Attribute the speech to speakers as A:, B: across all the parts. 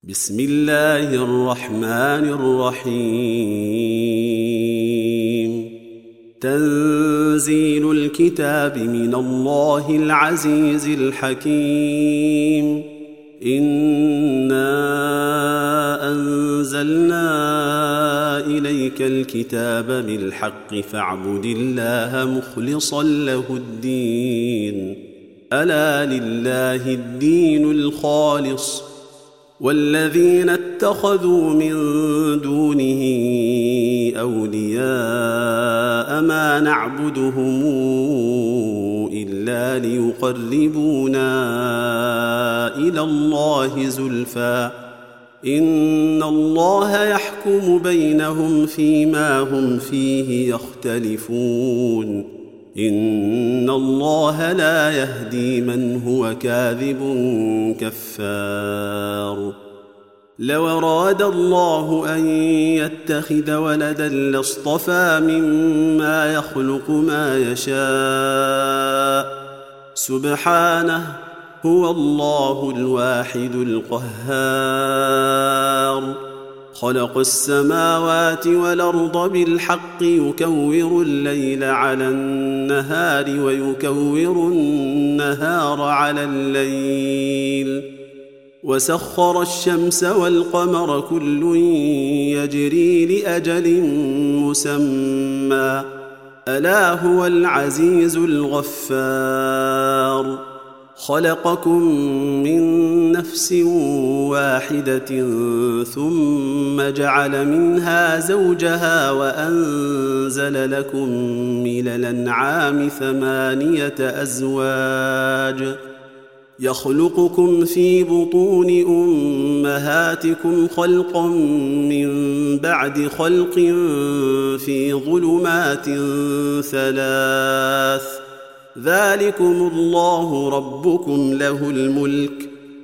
A: بسم الله الرحمن الرحيم. تنزيل الكتاب من الله العزيز الحكيم. إنا أنزلنا إليك الكتاب بالحق فاعبد الله مخلصا له الدين. ألا لله الدين الخالص، والذين اتخذوا من دونه أولياء ما نعبدهم إلا ليقربونا إلى الله زلفى إن الله يحكم بينهم فيما هم فيه يختلفون. إن الله لا يهدي من هو كاذب كفار. لو أراد الله أن يتخذ ولدا لاصطفى مما يخلق ما يشاء، سبحانه، هو الله الواحد القهار. خلق السماوات والأرض بالحق يكور الليل على النهار ويكور النهار على الليل، وسخر الشمس والقمر كل يجري لأجل مسمى، ألا هو العزيز الغفار. خلقكم من نفس واحدة ثم جعل منها زوجها وأنزل لكم من الأنعام 8 أزواج يخلقكم في بطون أمهاتكم خلقا من بعد خلق في ظلمات 3. ذلكم الله ربكم له الملك،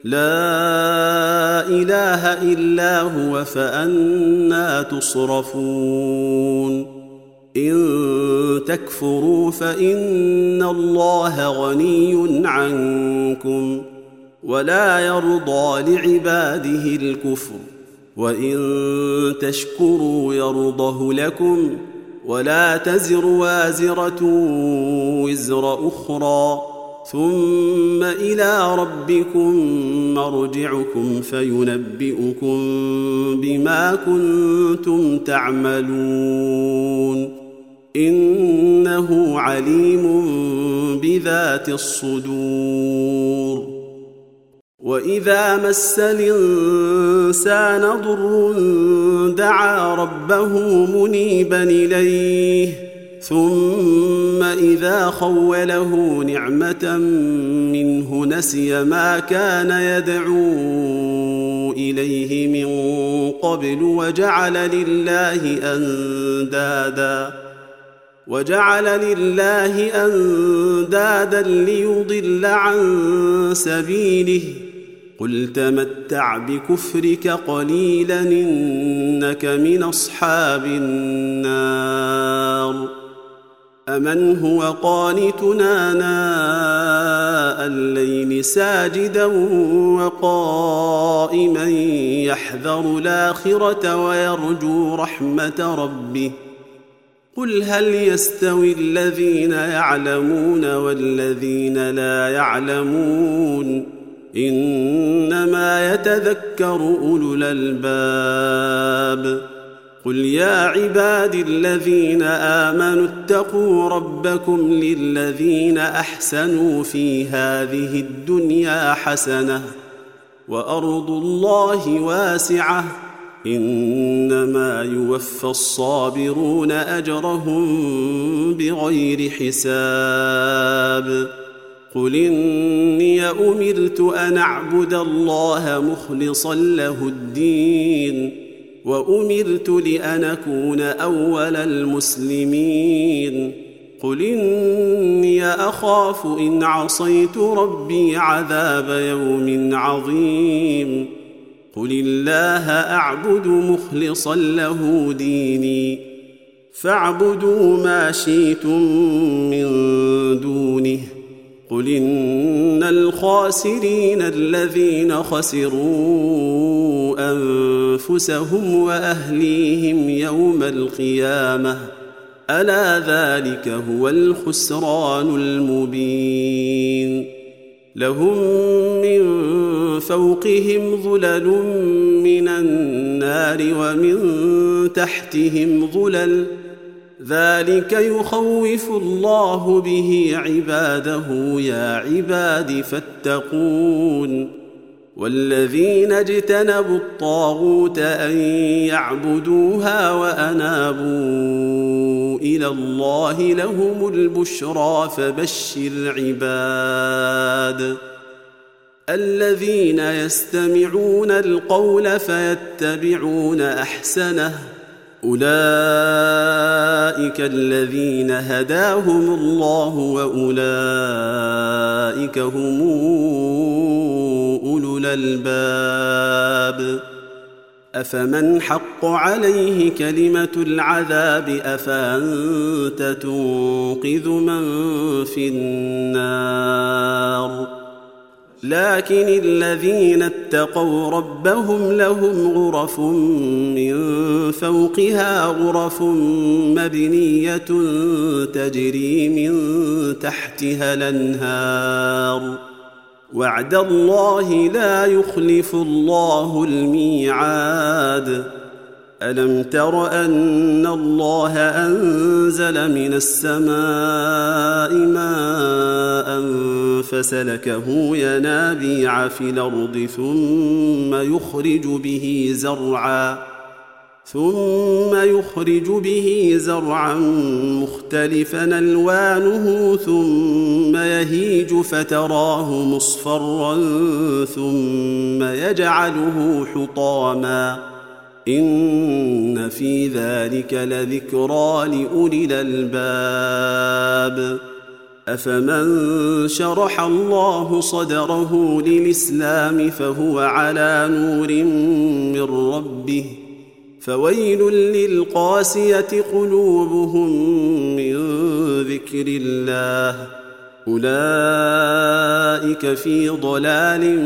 A: لا إله إلا هو، فأنى تصرفون. إن تكفروا فإن الله غني عنكم ولا يرضى لعباده الكفر، وإن تشكروا يرضه لكم، ولا تزر وازرة وزر أخرى، ثم إلى ربكم مرجعكم فينبئكم بما كنتم تعملون. إنه عليم بذات الصدور. وإذا مس الإنسان ضر دعا ربه منيبا إليه، ثم إذا خوله نعمة منه نسي ما كان يدعو إليه من قبل وجعل لله أندادا ليضل عن سبيله. قل تمتع بكفرك قليلا إنك من أصحاب النار. أمن هو قانتنا آناء الليل ساجدا وقائما يحذر الآخرة ويرجو رحمة ربه. قل هل يستوي الذين يعلمون والذين لا يعلمون؟ إنما يتذكر أولو الألباب. قل يا عبادي الذين آمنوا اتقوا ربكم للذين أحسنوا في هذه الدنيا حسنة وأرض الله واسعة، إنما يوفى الصابرون أجرهم بغير حساب. قل إني أمرت أن أعبد الله مخلصا له الدين، وأمرت لأن أكون أول المسلمين. قل إني أخاف إن عصيت ربي عذاب يوم عظيم. قل الله أعبد مخلصا له ديني، فاعبدوا ما شئتم من دونه. قل إن الخاسرين الذين خسروا أنفسهم وأهليهم يوم القيامة ألا ذلك هو الخسران المبين لهم من فوقهم ظلل من النار ومن تحتهم ظلل ذلك يخوف الله به عباده يا عباد فاتقون والذين اجتنبوا الطاغوت أن يعبدوها وأنابوا إلى الله لهم البشرى فبشر عباد الذين يستمعون القول فيتبعون أحسنه أولئك الذين هداهم الله وأولئك هم أولو الألباب أفمن حق عليه كلمة العذاب أفأنت تنقذ من في النار لكن الذين اتقوا ربهم لهم غرف من فوقها غرف مبنية تجري من تحتها الأنهار وعد الله لا يخلف الله الميعاد ألم تر أن الله أنزل من السماء ماء فسلكه ينابيع في الأرض ثم يخرج به زرعا مختلفا ألوانه ثم يهيج فتراه مصفرا ثم يجعله حطاما إن في ذلك لذكرى لأولي الألباب أفمن شرح الله صدره للإسلام فهو على نور من ربه فويل للقاسية قلوبهم من ذكر الله أولئك في ضلال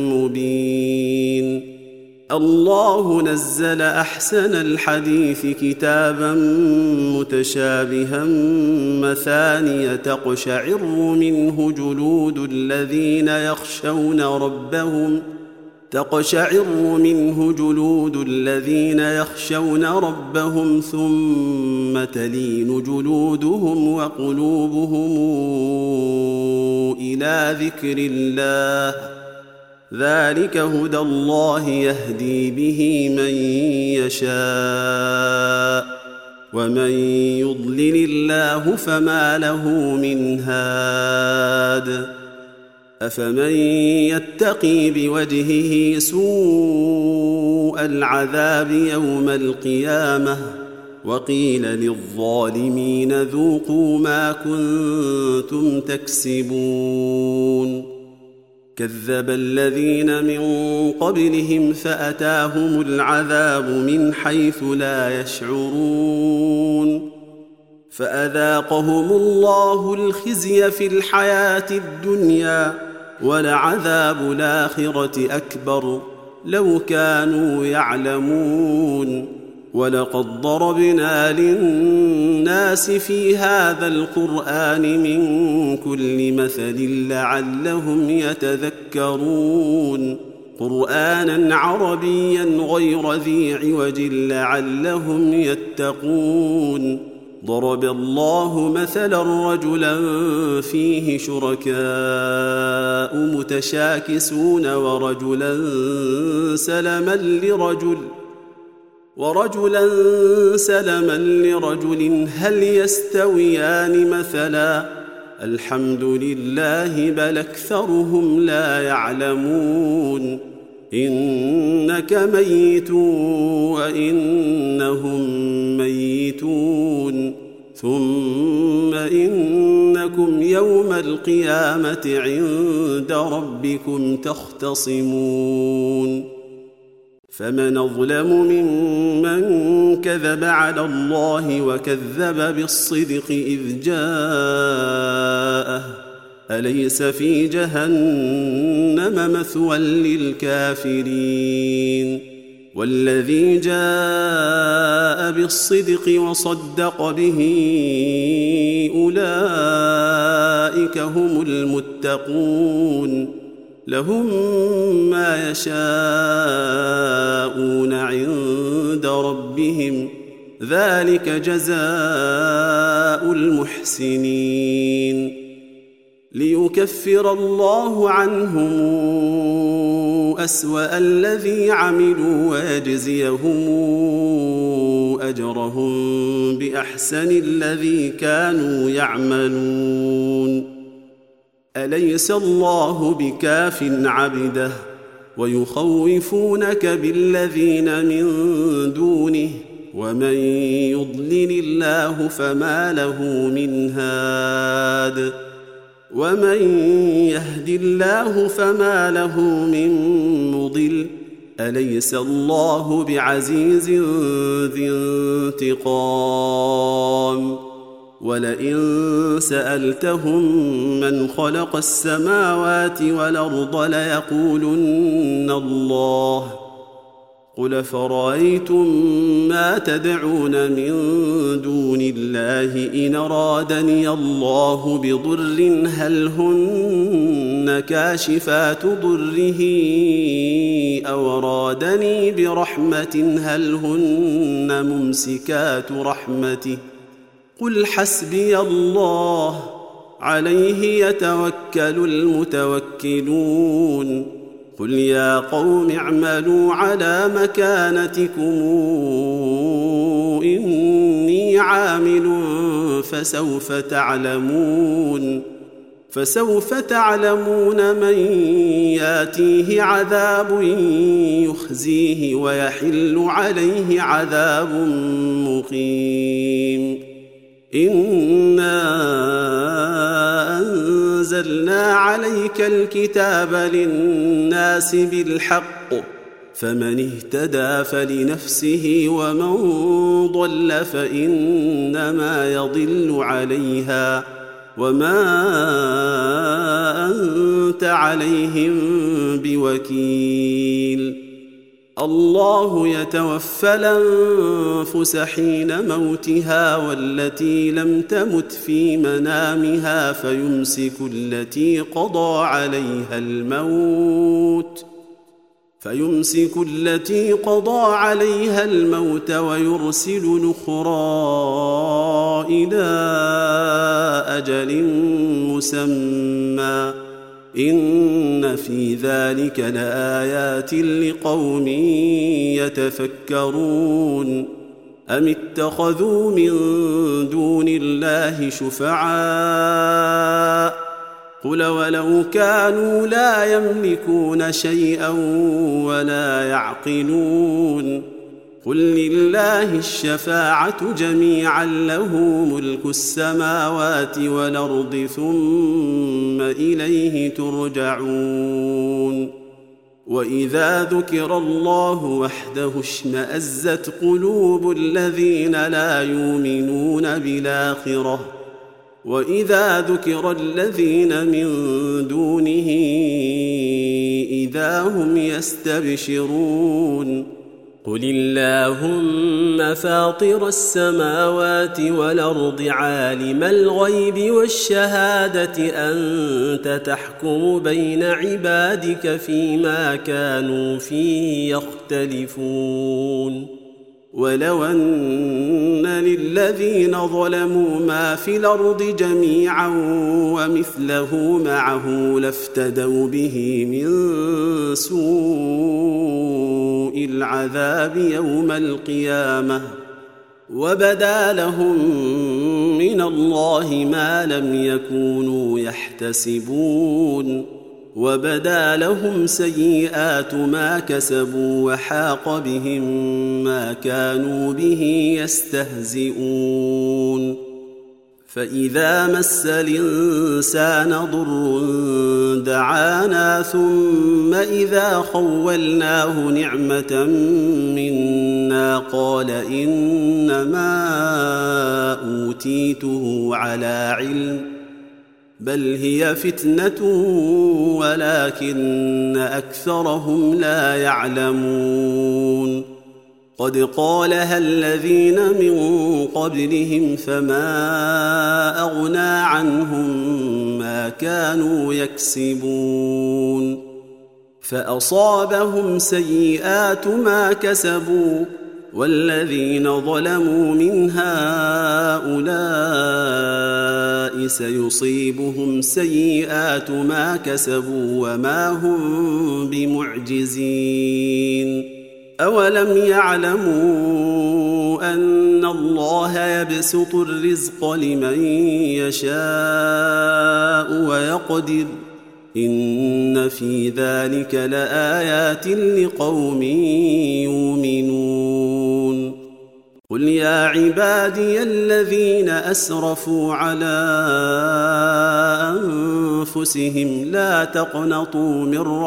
A: مبين الله نزل أحسن الحديث كتابا متشابها مثانية تقشعر منه جلود الذين يخشون ربهم ثم تلين جلودهم وقلوبهم إلى ذكر الله ذلك هدى الله يهدي به من يشاء ومن يضلل الله فما له من هاد أفمن يتقي بوجهه سوء العذاب يوم القيامة وقيل للظالمين ذوقوا ما كنتم تكسبون كذب الذين من قبلهم فأتاهم العذاب من حيث لا يشعرون فأذاقهم الله الخزي في الحياة الدنيا ولعذاب الآخرة أكبر لو كانوا يعلمون ولقد ضربنا للناس في هذا القرآن من كل مثل لعلهم يتذكرون قرآنا عربيا غير ذي عوج لعلهم يتقون ضرب الله مثلا رجلا فيه شركاء متشاكسون ورجلا سلما لرجل هل يستويان مثلا الحمد لله بل أكثرهم لا يعلمون إنك ميت وإنهم ميتون ثم إنكم يوم القيامة عند ربكم تختصمون فمن أظلم ممن كذب على الله وكذب بالصدق إذ جاءه أليس في جهنم مثوى للكافرين والذي جاء بالصدق وصدق به أولئك هم المتقون لهم ما يشاءون عند ربهم ذلك جزاء المحسنين ليكفر الله عنهم أسوأ الذي عملوا ويجزيهم أجرهم بأحسن الذي كانوا يعملون أليس الله بكاف عبده ويخوفونك بالذين من دونه ومن يضلل الله فما له من هاد ومن يهد الله فما له من مضل أليس الله بعزيز ذي انتقام ولئن سألتهم من خلق السماوات والأرض ليقولن الله قل فرأيتم ما تدعون من دون الله إن أرادني الله بضر هل هن كاشفات ضره أو أرادني برحمة هل هن ممسكات رحمته قل حسبي الله عليه يتوكل المتوكلون قل يا قوم اعملوا على مكانتكم إني عامل فسوف تعلمون من ياتيه عذاب يخزيه ويحل عليه عذاب مقيم إنا أنزلنا عليك الكتاب للناس بالحق فمن اهتدى فلنفسه ومن ضل فإنما يضل عليها وما أنت عليهم بوكيل الله يتوفى الأنفس حين موتها والتي لم تمت في منامها فيمسك التي قضى عليها الموت ويرسل الأخرى إلى أجل مسمى إن في ذلك لآيات لقوم يتفكرون أم اتخذوا من دون الله شفعاء قل ولو كانوا لا يملكون شيئا ولا يعقلون قل لله الشفاعة جميعا له ملك السماوات والأرض ثم إليه ترجعون وإذا ذكر الله وحده اشمأزت قلوب الذين لا يؤمنون بالآخرة وإذا ذكر الذين من دونه إذا هم يستبشرون قل اللهم فاطر السماوات والأرض عالم الغيب والشهادة أنت تحكم بين عبادك فيما كانوا فيه يختلفون ولو أن للذين ظلموا ما في الأرض جميعا ومثله معه لافتدوا به من سوء العذاب يوم القيامة وبدا لهم من الله ما لم يكونوا يحتسبون وبدا لهم سيئات ما كسبوا وحاق بهم ما كانوا به يستهزئون فإذا مس الإنسان ضر دعانا ثم إذا خولناه نعمة منا قال إنما أوتيته على علم بل هي فتنة ولكن أكثرهم لا يعلمون قد قالها الذين من قبلهم فما أغنى عنهم ما كانوا يكسبون فأصابهم سيئات ما كسبوا والذين ظلموا من هؤلاء سيصيبهم سيئات ما كسبوا وما هم بمعجزين أولم يعلموا أن الله يبسط الرزق لمن يشاء ويقدر إن في ذلك لآيات لقوم يؤمنون قل يا عبادي الذين أسرفوا على أنفسهم لا تقنطوا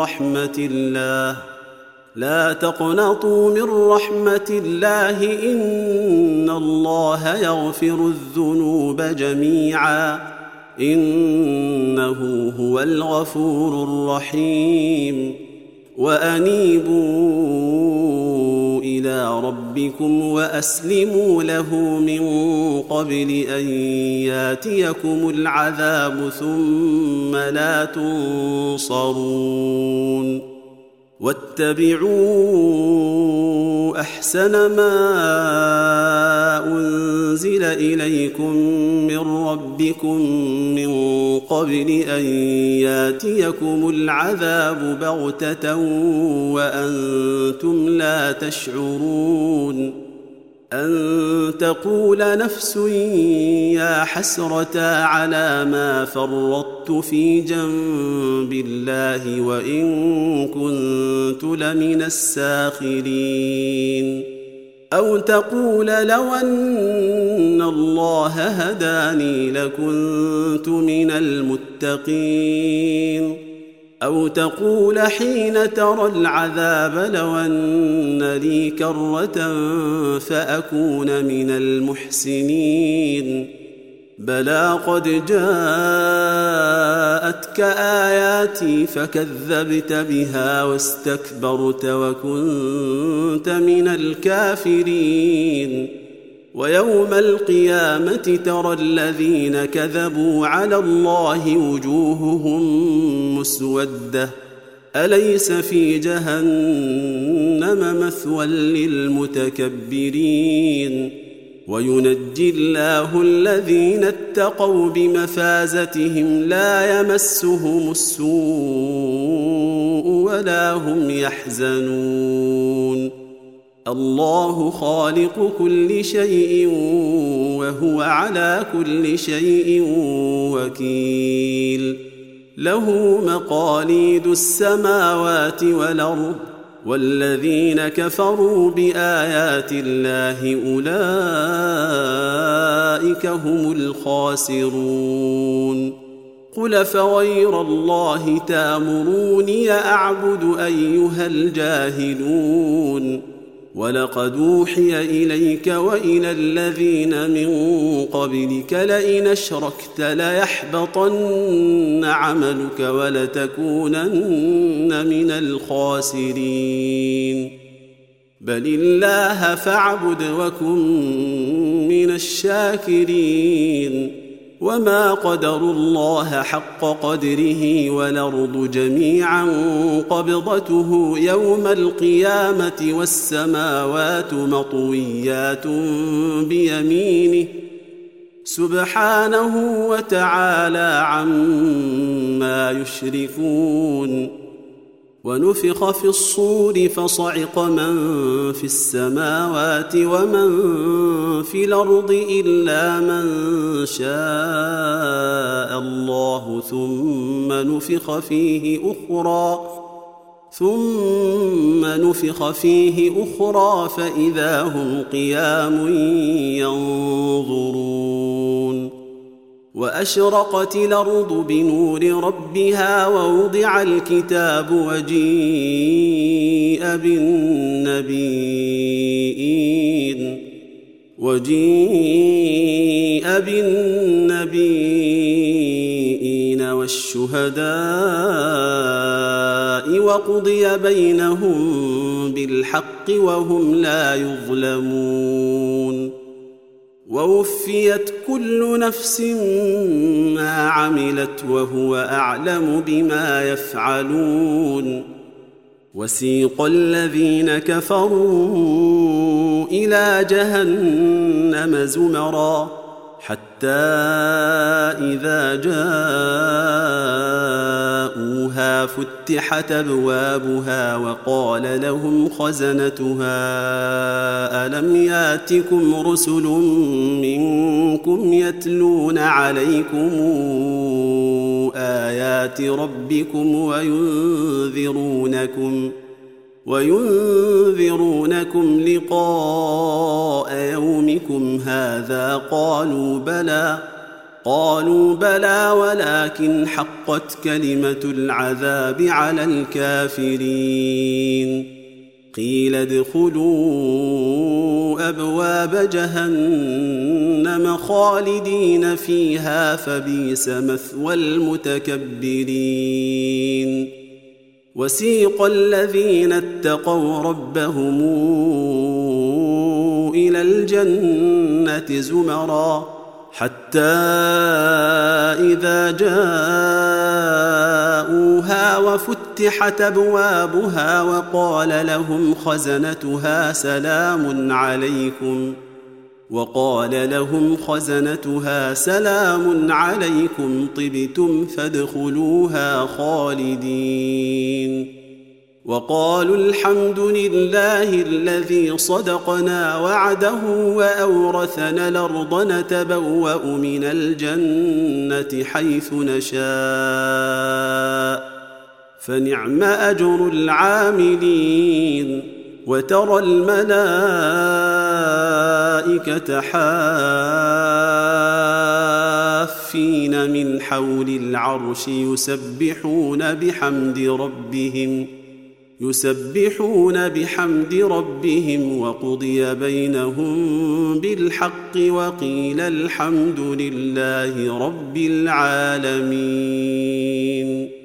A: من رحمة الله إن الله يغفر الذنوب جميعا إنه هو الغفور الرحيم وأنيبوا إلى ربكم وأسلموا له من قبل أن ياتيكم العذاب ثم لا تنصرون واتبعوا أحسن ما أنزل إليكم من ربكم من قبل أن ياتيكم العذاب بغتة وأنتم لا تشعرون أن تقول نفس يا حسرة على ما فرطت في جنب الله وإن كنت لمن الساخرين أو تقول لو أن الله هداني لكنت من المتقين أو تقول حين ترى العذاب لو أن لي كرة فأكون من المحسنين بلى قد جاءتك آياتي فكذبت بها واستكبرت وكنت من الكافرين ويوم القيامة ترى الذين كذبوا على الله وجوههم مسودة أليس في جهنم مثوى للمتكبرين وينجي الله الذين اتقوا بمفازتهم لا يمسهم السوء ولا هم يحزنون الله خالق كل شيء وهو على كل شيء وكيل له مقاليد السماوات والأرض والذين كفروا بآيات الله أولئك هم الخاسرون قل فغير الله تأمروني أعبد أيها الجاهلون ولقد أوحي إليك وإلى الذين من قبلك لئن أشركت ليحبطن عملك ولتكونن من الخاسرين بل الله فاعبد وكن من الشاكرين وما قدروا الله حق قدره والأرض جميعا قبضته يوم القيامة والسماوات مطويات بيمينه سبحانه وتعالى عما يشركون ونفخ في الصور فصعق من في السماوات ومن في الأرض إلا من شاء الله ثم نفخ فيه أخرى فإذا هم قيام ينظرون وأشرقت الأرض بنور ربها ووضع الكتاب وجيء بالنبيين والشهداء وقضي بينهم بالحق بالحق وهم لا يظلمون ووفيت كل نفس ما عملت وهو أعلم بما يفعلون وسيق الذين كفروا إلى جهنم زمرا حتى إذا جاءوها فتحت أبوابها وقال لهم خزنتها ألم ياتكم رسل منكم يتلون عليكم آيات ربكم وينذرونكم لقاء يومكم هذا قالوا بلى ولكن حقت كلمة العذاب على الكافرين قيل ادخلوا أبواب جهنم خالدين فيها فبئس مثوى المتكبرين وسيق الذين اتقوا ربهم إلى الجنة زمرا حتى إذا جاءوها وفتحت أبوابها وقال لهم خزنتها سلام عليكم طبتم فادخلوها خالدين وقالوا الحمد لله الذي صدقنا وعده وأورثنا الأرض نتبوأ من الجنة حيث نشاء فنعم أجر العاملين وترى الملائكة حافين من حول العرش يسبحون بحمد ربهم وقضي بينهم بالحق وقيل الحمد لله رب العالمين.